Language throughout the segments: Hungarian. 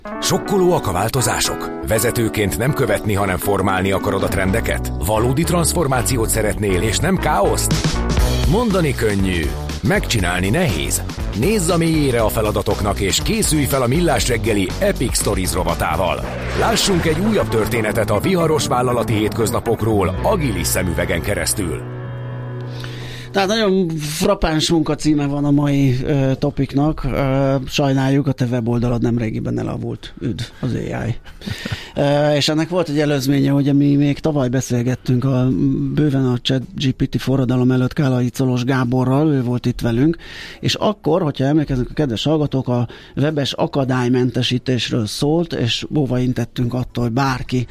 Sokkolóak a változások? Vezetőként nem követni, hanem formálni akarod a trendeket? Valódi transformációt szeretnél, és nem káoszt? Mondani könnyű, megcsinálni nehéz. Nézz a mélyére a feladatoknak, és készülj fel a Millás reggeli Epic Stories rovatával. Lássunk egy újabb történetet a viharos vállalati hétköznapokról agilis szemüvegen keresztül. Tehát nagyon frappáns munkacíme van a mai topiknak. Sajnáljuk, a te weboldalad nemrégiben elavult. Üdv, az AI. És ennek volt egy előzménye, hogy mi még tavaly beszélgettünk bőven a ChatGPT forradalom előtt Kálai Colos Gáborral, ő volt itt velünk, és akkor, hogyha emlékeznek a kedves hallgatók, a webes akadálymentesítésről szólt, és óvaintettünk attól, hogy bárki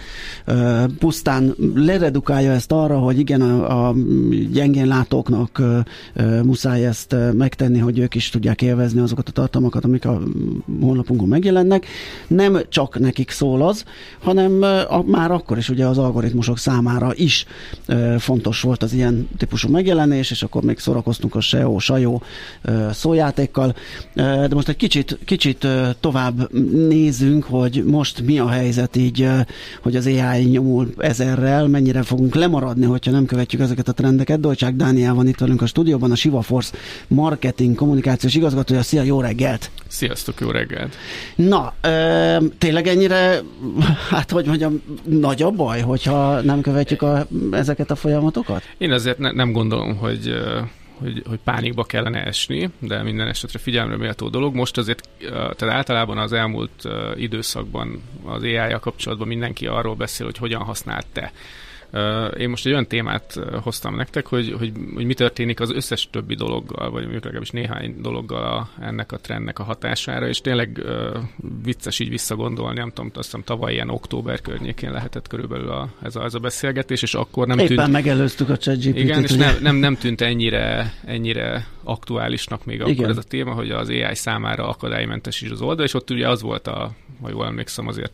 pusztán leredukálja ezt arra, hogy igen, a gyengén látóknak muszáj ezt megtenni, hogy ők is tudják élvezni azokat a tartalmakat, amik a honlapunkon megjelennek. Nem csak nekik szól az, hanem már akkor is ugye az algoritmusok számára is fontos volt az ilyen típusú megjelenés, és akkor még szórakoztunk a SEO, SAJO szójátékkal. De most egy kicsit tovább nézünk, hogy most mi a helyzet így, hogy az AI nyomul 1000-rel, mennyire fogunk lemaradni, hogyha nem követjük ezeket a trendeket. Dolcsák Dániel van itt velünk a stúdióban, a Siva Force marketing kommunikációs igazgatója. Szia, jó reggelt! Sziasztok, jó reggelt! Na, tényleg ennyire, hát hogy mondjam, nagy a baj, hogyha nem követjük ezeket a folyamatokat? Én azért nem gondolom, hogy pánikba kellene esni, de minden esetre figyelemre méltó dolog. Most azért, tehát általában az elmúlt időszakban az AI-jal kapcsolatban mindenki arról beszél, hogy hogyan használd te. Én most egy olyan témát hoztam nektek, hogy mi történik az összes többi dologgal, vagy mondjuk legalábbis néhány dologgal ennek a trendnek a hatására, és tényleg vicces így visszagondolni, nem tudom, azt hiszem tavaly ilyen október környékén lehetett körülbelül ez a beszélgetés, és akkor nem tűnt... Éppen megelőztük a ChatGPT-t. Igen, és nem tűnt ennyire aktuálisnak még akkor ez a téma, hogy az AI számára akadálymentes is az oldal, és ott ugye az volt ha jól emlékszem, azért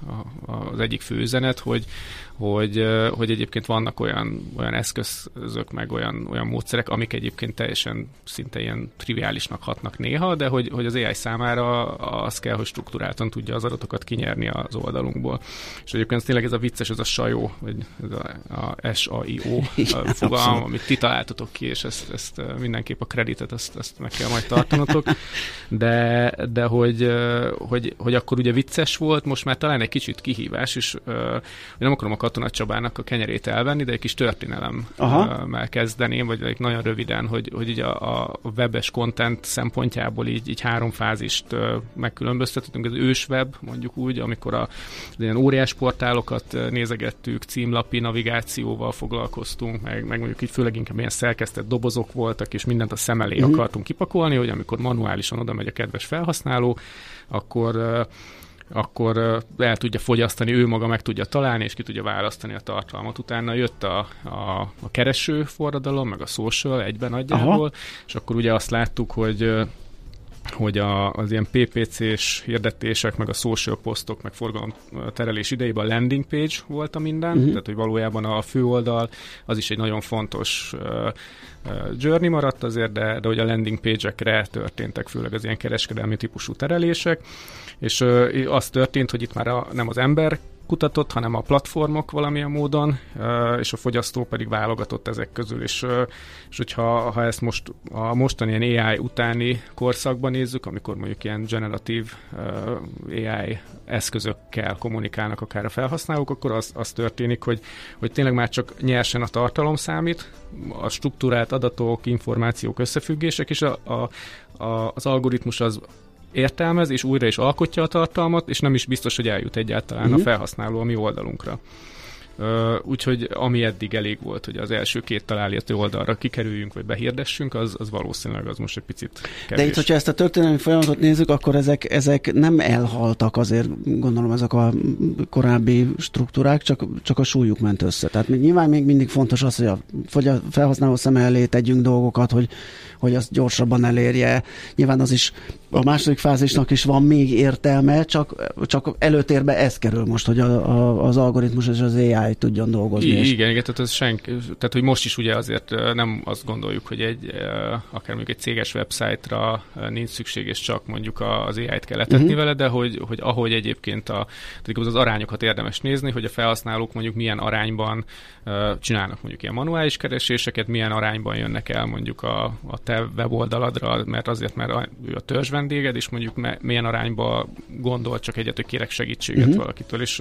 az egyik fő üzenet, hogy egyébként vannak olyan eszközök, meg olyan módszerek, amik egyébként teljesen szinte ilyen triviálisnak hatnak néha, de hogy az AI számára az kell, hogy strukturáltan tudja az adatokat kinyerni az oldalunkból. És egyébként tényleg ez a vicces, ez a SAJO, vagy ez a SAIO fogalom, amit ti találtatok ki, és ezt mindenképp a kreditet, ezt meg kell majd tartanotok. De hogy akkor ugye vicces volt, most már talán egy kicsit kihívás, és nem akarom a Katona Csabának a kenyerét elvenni, de egy kis történelemmel kezdeném, vagy nagyon röviden, hogy így a webes content szempontjából így három fázist megkülönböztetünk. Az ősweb, mondjuk úgy, amikor az ilyen óriás portálokat nézegettük, címlapi navigációval foglalkoztunk, meg mondjuk így főleg inkább ilyen szerkesztett dobozok voltak, és mindent a szem elé akartunk kipakolni, hogy amikor manuálisan oda megy a kedves felhasználó, akkor el tudja fogyasztani, ő maga meg tudja találni, és ki tudja választani a tartalmat. Utána jött a kereső forradalom, meg a social egyben nagyjából, és akkor ugye azt láttuk, hogy az ilyen PPC-s hirdetések, meg a social posztok, meg forgalomterelés idejében a landing page volt a minden, tehát hogy valójában a főoldal az is egy nagyon fontos journey maradt azért, de hogy a landing page-ekre történtek főleg az ilyen kereskedelmi típusú terelések, és az történt, hogy itt már nem az ember kutatott, hanem a platformok valamilyen módon, és a fogyasztó pedig válogatott ezek közül, és hogyha ezt most a mostani ilyen AI utáni korszakban nézzük, amikor mondjuk ilyen generatív AI eszközökkel kommunikálnak akár a felhasználók, akkor az történik, hogy tényleg már csak nyersen a tartalom számít, a struktúrált adatok, információk, összefüggések, és az algoritmus az értelmez, és újra is alkotja a tartalmat, és nem is biztos, hogy eljut egyáltalán a felhasználó a mi oldalunkra. Úgyhogy ami eddig elég volt, hogy az első két található oldalra kikerüljünk, vagy behirdessünk, az valószínűleg az most egy picit kevés. De itt, hogyha ezt a történelmi folyamatot nézzük, akkor ezek nem elhaltak azért, gondolom ezek a korábbi struktúrák, csak a súlyuk ment össze. Tehát nyilván még mindig fontos az, hogy a felhasználó szeme elé tegyünk dolgokat, hogy azt gyorsabban elérje. Nyilván az is a második fázisnak is van még értelme, csak előtérbe ez kerül most, hogy az algoritmus és az AI tudjon dolgozni. Igen, tehát hogy most is ugye azért nem azt gondoljuk, hogy akár mondjuk egy céges website-ra nincs szükség, és csak mondjuk az AI-t kell letetni vele, de hogy ahogy egyébként az arányokat érdemes nézni, hogy a felhasználók mondjuk milyen arányban csinálnak mondjuk ilyen manuális kereséseket, milyen arányban jönnek el mondjuk a te weboldaladra, mert ő a törzs vendéged, és mondjuk milyen arányban gondol csak egyet, hogy kérek segítséget valakitől, és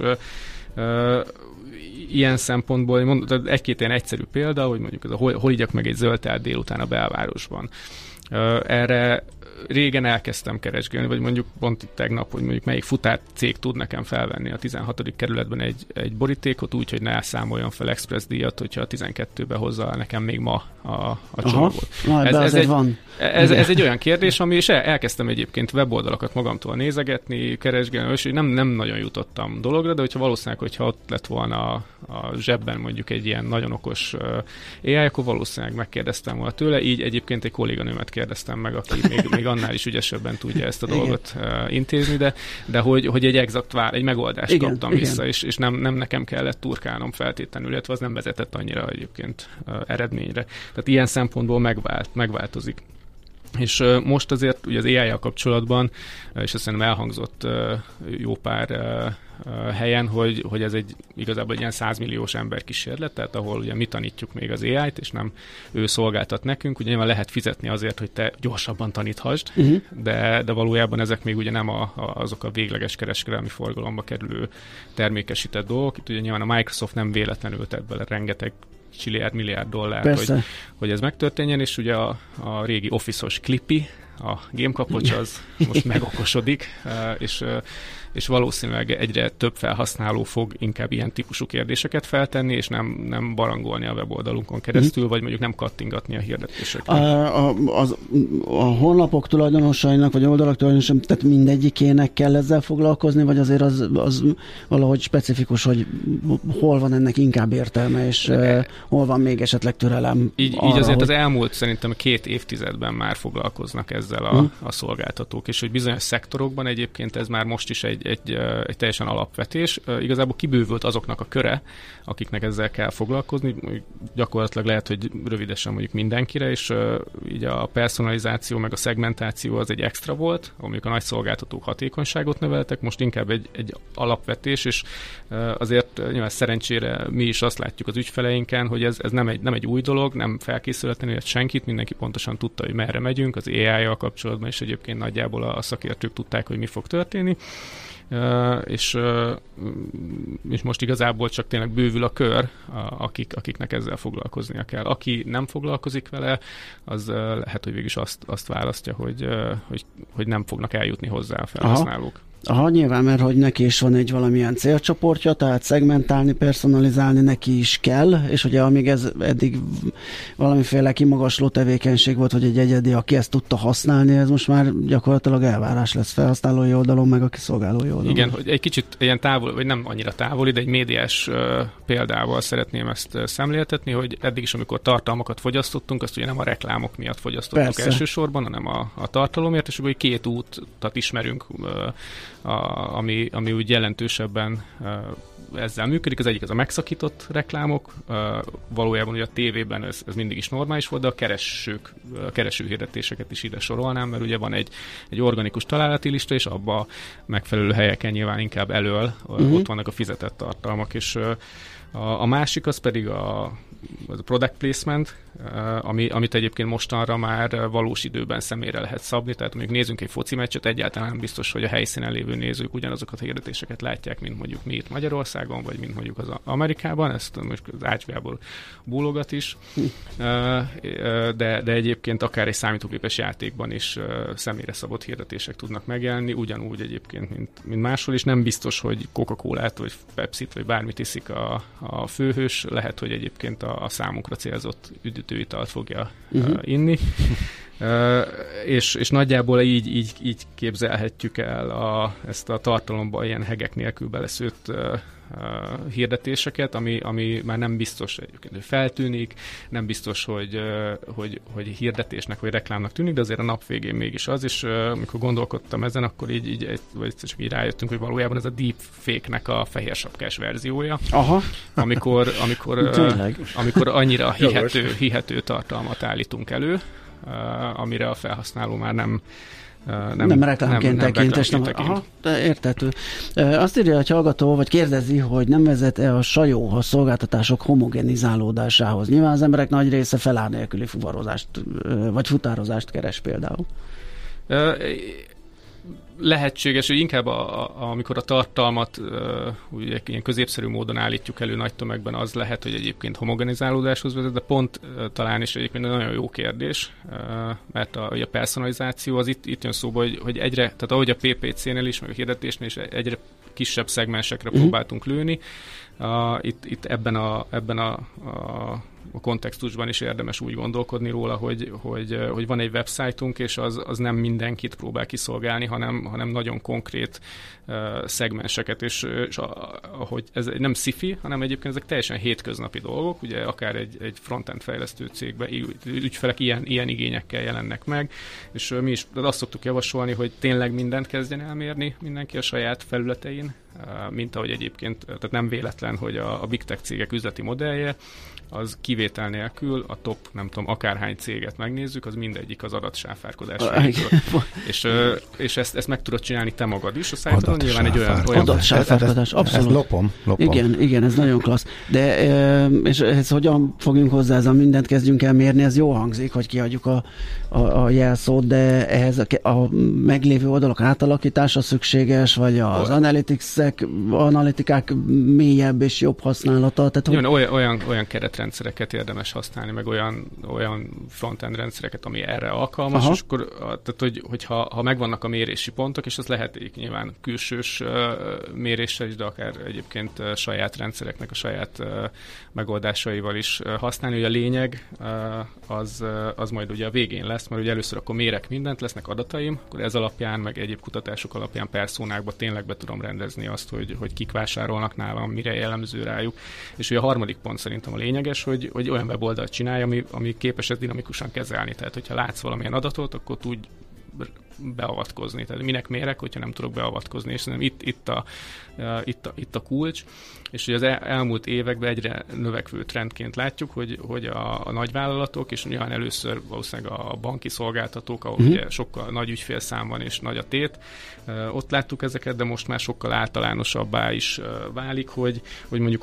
ilyen szempontból egy-két ilyen egyszerű példa, hogy mondjuk hol igyak meg egy zöld teát délután a belvárosban. Erre régen elkezdtem keresgélni, vagy mondjuk pont tegnap, hogy mondjuk melyik futár cég tud nekem felvenni a 16. kerületben egy borítékot úgy, hogy ne számoljon fel express díjat, hogyha a 12-be hozza nekem még ma a csomagot. Ez egy olyan kérdés, ami, és elkezdtem egyébként weboldalakat magamtól nézegetni, keresgélni, és nem nagyon jutottam dologra, de hogyha ott lett volna a zsebben mondjuk egy ilyen nagyon okos AI, akkor valószínűleg megkérdeztem volna tőle, így egyébként egy kolléganőmet kérdeztem meg, aki még annál is ügyesebben tudja ezt a dolgot intézni, de hogy egy megoldást kaptam vissza, és nem nekem kellett turkálnom feltétlenül, illetve az nem vezetett annyira egyébként eredményre. Tehát ilyen szempontból megváltozik. És most azért ugye az AI-jal kapcsolatban, és azt hiszem elhangzott jó pár helyen, hogy ez igazából egy ilyen 100 milliós ember kísérlet, tehát ahol ugye mi tanítjuk még az AI-t, és nem ő szolgáltat nekünk, ugye nyilván lehet fizetni azért, hogy te gyorsabban taníthasd, de valójában ezek még ugye nem azok a végleges kereskedelmi forgalomba kerülő termékesített dolgok. Itt ugye nyilván a Microsoft nem véletlenül tett bele rengeteg milliárd dollárt, hogy ez megtörténjen, és ugye a régi Office-os Clippy, a gémkapocs az most megokosodik, és valószínűleg egyre több felhasználó fog inkább ilyen típusú kérdéseket feltenni, és nem barangolni a weboldalunkon keresztül, vagy mondjuk nem kattingatni a hirdetéseket. A honlapok tulajdonosainak, vagy oldalak tulajdonosainak, tehát mindegyikének kell ezzel foglalkozni, vagy azért az valahogy specifikus, hogy hol van ennek inkább értelme, és hol van még esetleg türelem? Így azért az elmúlt szerintem 2 évtizedben már foglalkoznak ezzel a szolgáltatók, és hogy bizonyos szektorokban egyébként ez már most is egy teljesen alapvetés. Igazából kibővült azoknak a köre, akiknek ezzel kell foglalkozni. Gyakorlatilag lehet, hogy rövidesen mondjuk mindenkire, és így a personalizáció meg a szegmentáció az egy extra volt, amikor a nagy szolgáltatók hatékonyságot növeltek, most inkább egy alapvetés, és azért nyilván szerencsére mi is azt látjuk az ügyfeleinken, hogy ez nem egy új dolog, nem felkészületlenül senkit, mindenki pontosan tudta, hogy merre megyünk, az AI-jal kapcsolatban is egyébként nagyjából a szakértők tudták, hogy mi fog történni. És most igazából csak tényleg bővül a kör, akiknek ezzel foglalkoznia kell. Aki nem foglalkozik vele, az lehet, hogy végülis azt választja, hogy nem fognak eljutni hozzá a felhasználók. Aha, nyilván, mert hogy neki is van egy valamilyen célcsoportja, tehát szegmentálni, personalizálni neki is kell, és ugye amíg ez eddig valamiféle kimagasló tevékenység volt, hogy egy egyedi, aki ezt tudta használni, ez most már gyakorlatilag elvárás lesz felhasználói oldalon, meg a kiszolgálói oldalon. Igen, hogy egy kicsit ilyen távol, vagy nem annyira távoli, de egy médiás példával szeretném ezt szemléltetni, hogy eddig is, amikor tartalmakat fogyasztottunk, azt ugye nem a reklámok miatt fogyasztottuk elsősorban, hanem a tartalomért, és akkor 2 útat ismerünk, ami úgy jelentősebben ezzel működik. Az egyik az a megszakított reklámok. Valójában ugye a tévében ez mindig is normális volt, de a keresőhirdetéseket is ide sorolnám, mert ugye van egy organikus találati lista, és abba megfelelő helyeken nyilván inkább ott vannak a fizetett tartalmak, és a másik az pedig a product placement, amit egyébként mostanra már valós időben személyre lehet szabni, tehát mondjuk nézzünk egy foci meccset, egyáltalán nem biztos, hogy a helyszínen lévő nézők ugyanazokat a hirdetéseket látják, mint mondjuk mi itt Magyarországon, vagy mint mondjuk az Amerikában, ezt most az ácsgából bólogat is, de egyébként akár egy számítógépes játékban is személyre szabott hirdetések tudnak megjelenni, ugyanúgy egyébként, mint máshol, és nem biztos, hogy Coca-Colát, vagy Pepsit, vagy bármit iszik a főhős, lehet, hogy egyébként a számunkra célzott üdítőitalt fogja inni. És nagyjából így képzelhetjük el ezt a tartalomba ilyen hegek nélkül beleszőtt hirdetéseket, ami már nem biztos egyébként, hogy feltűnik, nem biztos, hogy hirdetésnek vagy reklámnak tűnik, de azért a nap végén mégis az, és amikor gondolkodtam ezen, akkor vagy csak így rájöttünk, hogy valójában ez a deepfake-nek a fehér sapkás verziója. Aha. Amikor annyira hihető tartalmat állítunk elő, amire a felhasználó már nem reklámként tekint, és aha, érthető. Azt írja, hogy hallgató, vagy kérdezi, hogy nem vezet-e a sajó a szolgáltatások homogenizálódásához. Nyilván az emberek nagy része felár nélküli fuvarozást, vagy futározást keres például. Lehetséges, hogy inkább amikor a tartalmat ugye ilyen középszerű módon állítjuk elő nagy tömegben, az lehet, hogy egyébként homogenizálódáshoz vezet, de pont talán is egyébként egy nagyon jó kérdés, mert a personalizáció az itt jön szóba, hogy egyre, tehát ahogy a PPC-nél is, meg a hirdetésnél is egyre kisebb szegmensekre próbáltunk lőni, itt ebben a kontextusban is érdemes úgy gondolkodni róla, hogy van egy websájtunk, és az nem mindenkit próbál kiszolgálni, hanem nagyon konkrét szegmenseket, és ahogy ez nem sci-fi, hanem egyébként ezek teljesen hétköznapi dolgok, ugye akár egy frontend fejlesztő cégben ügyfelek ilyen igényekkel jelennek meg, és mi is azt szoktuk javasolni, hogy tényleg mindent kezdjen elmérni mindenki a saját felületein, mint ahogy egyébként, tehát nem véletlen, hogy a big tech cégek üzleti modellje, az kivétel nélkül a top, nem tudom, akárhány céget megnézzük, az mindegyik az adatsáfárkodásra. És ezt meg tudod csinálni te magad is, a szájtodon nyilván egy olyan adatsáfárkodás, abszolút. Lopom. Igen, ez nagyon klassz. De és ez hogyan fogjunk hozzá, ez a mindent kezdjünk el mérni, ez jó hangzik, hogy kiadjuk a jelszót, de ehhez a meglévő oldalak átalakítása szükséges, vagy az analitikák mélyebb és jobb használata. Tehát, olyan keretrendszereket érdemes használni, meg olyan frontend rendszereket, ami erre alkalmas, aha. És akkor, tehát, hogyha megvannak a mérési pontok, és az lehet nyilván külsős méréssel is, de akár egyébként saját rendszereknek a saját megoldásaival is használni, hogy a lényeg az majd ugye a végén lesz, mert ugye először akkor mérek mindent, lesznek adataim, akkor ez alapján, meg egyéb kutatások alapján personákba tényleg be tudom rendezni azt, hogy kik vásárolnak nálam, mire jellemző rájuk. És ugye a harmadik pont szerintem a lényeges, hogy olyan weboldalt csinálja, ami képes ezt dinamikusan kezelni. Tehát, hogyha látsz valamilyen adatot, akkor tudj beavatkozni. Tehát minek mérek, hogyha nem tudok beavatkozni, és szerintem itt a kulcs, és hogy az elmúlt években egyre növekvő trendként látjuk, hogy a nagyvállalatok, és nyilván először valószínűleg a banki szolgáltatók, ahol ugye sokkal nagy ügyfélszám van és nagy a tét, ott láttuk ezeket, de most már sokkal általánosabbá is válik, hogy mondjuk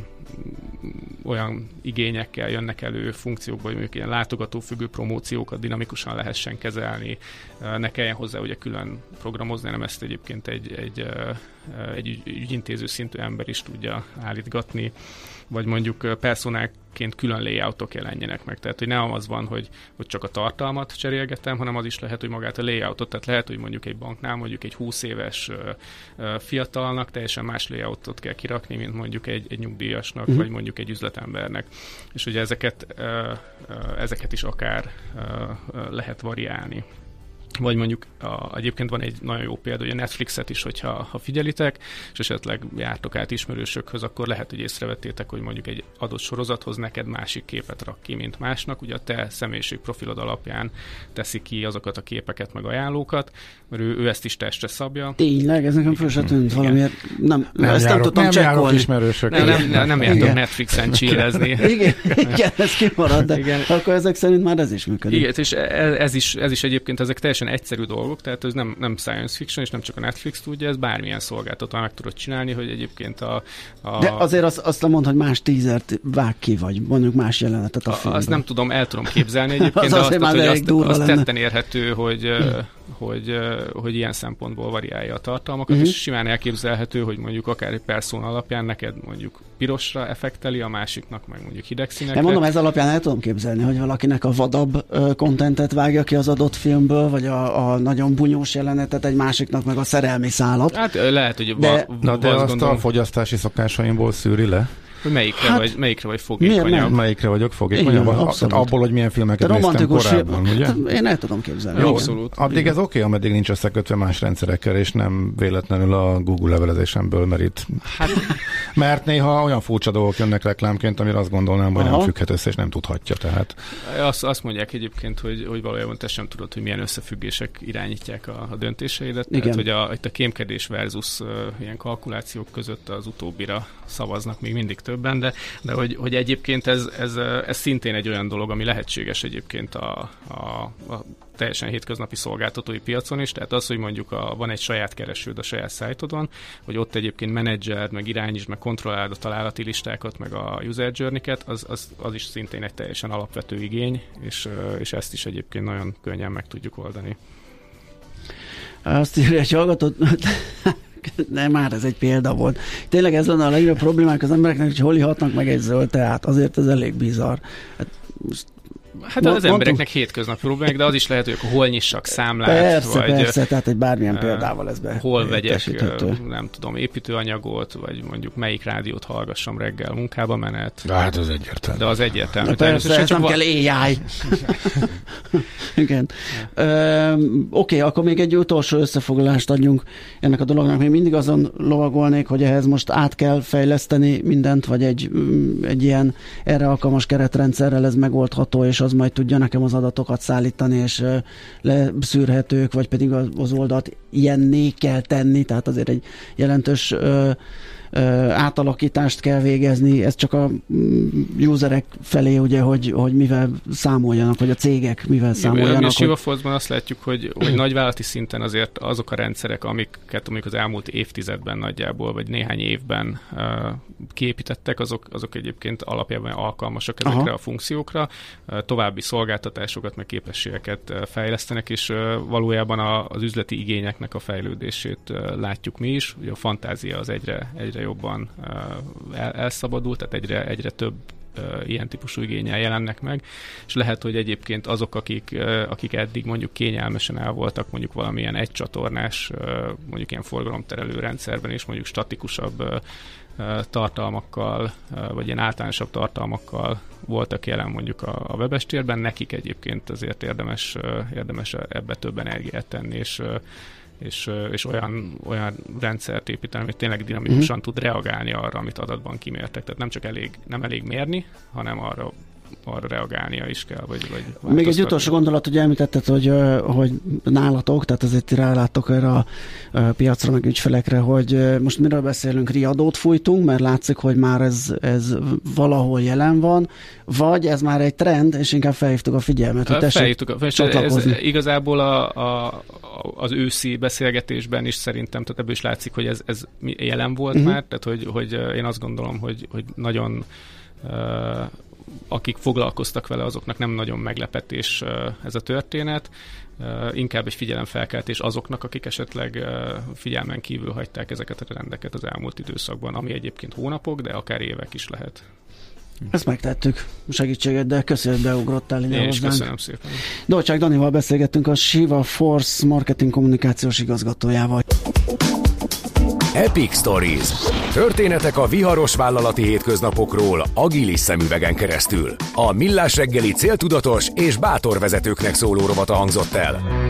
olyan igényekkel jönnek elő funkciókba, hogy mondjuk ilyen látogatófüggő promóciókat dinamikusan lehessen kezelni, ne kelljen hozzá ugye külön programozni, nem ezt egyébként egy ügyintéző szintű ember is tudja állítgatni, vagy mondjuk personákként külön layoutok jelenjenek meg. Tehát, hogy nem az van, hogy csak a tartalmat cserélgetem, hanem az is lehet, hogy magát a layoutot, tehát lehet, hogy mondjuk egy banknál mondjuk egy 20 éves fiatalnak teljesen más layoutot kell kirakni, mint mondjuk egy nyugdíjasnak, vagy mondjuk egy üzletembernek. És ugye ezeket is akár lehet variálni. Vagy mondjuk egyébként van egy nagyon jó példa, hogy a Netflixet is, hogyha figyelitek, és esetleg jártok át ismerősökhöz, akkor lehet, hogy észrevettétek, hogy mondjuk egy adott sorozathoz neked másik képet rak ki, mint másnak. Ugye a te személyiségprofilod alapján teszi ki azokat a képeket, meg ajánlókat, mert ő ezt is testre szabja. Tényleg, ez nekem föl se tűnt valamiért. Ezt nem tudtam csekkolni. Nem jártok Netflixen chillezni. Igen, ez kimarad, de akkor ezek szerint már ez is működik. Igen, és ez is egyébként ezek teljesen egyszerű dolgok, tehát ez nem science fiction, és nem csak a Netflix tudja, ez bármilyen szolgáltató meg tudod csinálni, hogy egyébként De azért azt nem mond, hogy más tízert vág ki, vagy mondjuk más jelenetet a filmben. Azt nem tudom, el tudom képzelni egyébként, de azt tetten érhető, hogy ilyen szempontból variálja a tartalmakat, és simán elképzelhető, hogy mondjuk akár egy persona alapján neked mondjuk pirosra effekteli, a másiknak meg mondjuk hideg színekre. Én mondom, ez alapján el tudom képzelni, hogy valakinek a vadabb kontentet vágja ki az adott filmből, vagy a nagyon bunyós jelenetet, egy másiknak meg a szerelmi szálat. Hát lehet, hogy de azt a fogyasztási szokásaimból szűri le. Hogy melyikre vagy fogékonyabb. Melyikre vagyok fogékonyabb? Abból, hogy milyen filmeket néztem korábban, ugye? Én el tudom képzelni. Ja, abszolút. Addig ez oké, ameddig nincs összekötve más rendszerekkel, és nem véletlenül a Google levelezésemből merít. Mert néha olyan furcsa dolgok jönnek reklámként, amire azt gondolnám, hogy nem függhet össze, és nem tudhatja. Tehát. Azt mondják egyébként, hogy valójában te sem tudod, hogy milyen összefüggések irányítják a döntéseidet. Tehát, hogy itt a kémkedés versus ilyen kalkulációk között az utóbbira szavaznak még mindig többen, de hogy egyébként ez szintén egy olyan dolog, ami lehetséges egyébként a teljesen hétköznapi szolgáltatói piacon is, tehát az, hogy mondjuk van egy saját keresőd a saját szájtodon, hogy ott egyébként menedzseld, meg irányítsd, meg kontrolláld a találati listákat, meg a user journey-ket, az is szintén egy teljesen alapvető igény, és ezt is egyébként nagyon könnyen meg tudjuk oldani. Azt írja egy hallgató, nem, már ez egy példa volt. Tényleg ez lenne a legnagyobb problémák az embereknek, hogy hol ihatnak meg egy zöld teát. Azért ez elég bizarr. Hát az embereknek hétköznapi problémák, de az is lehet, hogy akkor hol nyissak számlát. Persze, tehát egy bármilyen példával ez be. Hol vegyek, nem tudom, építőanyagot, vagy mondjuk melyik rádiót hallgassam reggel munkába menet. Hát az egyértelmű. De az egyértelmű. Persze, ez nem kell AI. Igen. Oké, akkor még egy utolsó összefoglalást adjunk ennek a dolognak. Még mindig azon lovagolnék, hogy ehhez most át kell fejleszteni mindent, vagy egy ilyen erre alkalmas keretrendszerrel ez megoldható, és az majd tudja nekem az adatokat szállítani, és leszűrhetők, vagy pedig az oldalt ilyenné kell tenni, tehát azért egy jelentős átalakítást kell végezni, ez csak a userek felé, ugye, hogy mivel számoljanak, vagy a cégek mivel számoljanak. A Sivaforce-ban azt látjuk, hogy nagyvállalati szinten azért azok a rendszerek, amiket mondjuk az elmúlt évtizedben nagyjából, vagy néhány évben kiépítettek, azok egyébként alapjában alkalmasak ezekre a funkciókra, további szolgáltatásokat, meg képességeket fejlesztenek, és valójában az üzleti igényeknek a fejlődését látjuk mi is. Ugye a fantázia az egyre jobban elszabadult, tehát egyre több ilyen típusú igénnyel jelennek meg, és lehet, hogy egyébként azok, akik eddig mondjuk kényelmesen el voltak mondjuk valamilyen egycsatornás, mondjuk ilyen forgalomterelő rendszerben, és mondjuk statikusabb tartalmakkal, vagy ilyen általánosabb tartalmakkal voltak jelen mondjuk a webes térben, nekik egyébként azért érdemes ebbe több energiát tenni, és olyan rendszert építeni, hogy tényleg dinamikusan tud reagálni arra, amit adatban kimértek. Tehát nem elég mérni, hanem arra reagálnia is kell, vagy még egy utolsó gondolat, ugye említetted, hogy nálatok, tehát azért ráláttok erre a piacra, meg ügyfelekre, hogy most miről beszélünk, riadót fújtunk, mert látszik, hogy már ez valahol jelen van, vagy ez már egy trend, és inkább felhívtuk a figyelmet, hogy tessék csatlakozni. Ez igazából az őszi beszélgetésben is szerintem, tehát ebből is látszik, hogy ez jelen volt már, tehát hogy én azt gondolom, hogy nagyon akik foglalkoztak vele, azoknak nem nagyon meglepetés ez a történet, inkább egy figyelemfelkeltés azoknak, akik esetleg figyelmen kívül hagyták ezeket a rendeket az elmúlt időszakban, ami egyébként hónapok, de akár évek is lehet. Ezt megtettük segítségeddel, köszönöm, hogy beugrottál ide hozzánk. Én is köszönöm szépen. Dolcsák Danival beszélgettünk, a Sivaforce marketing kommunikációs igazgatójával. Epic Stories. Történetek a viharos vállalati hétköznapokról agilis szemüvegen keresztül. A Millás reggeli céltudatos és bátor vezetőknek szóló rovata hangzott el.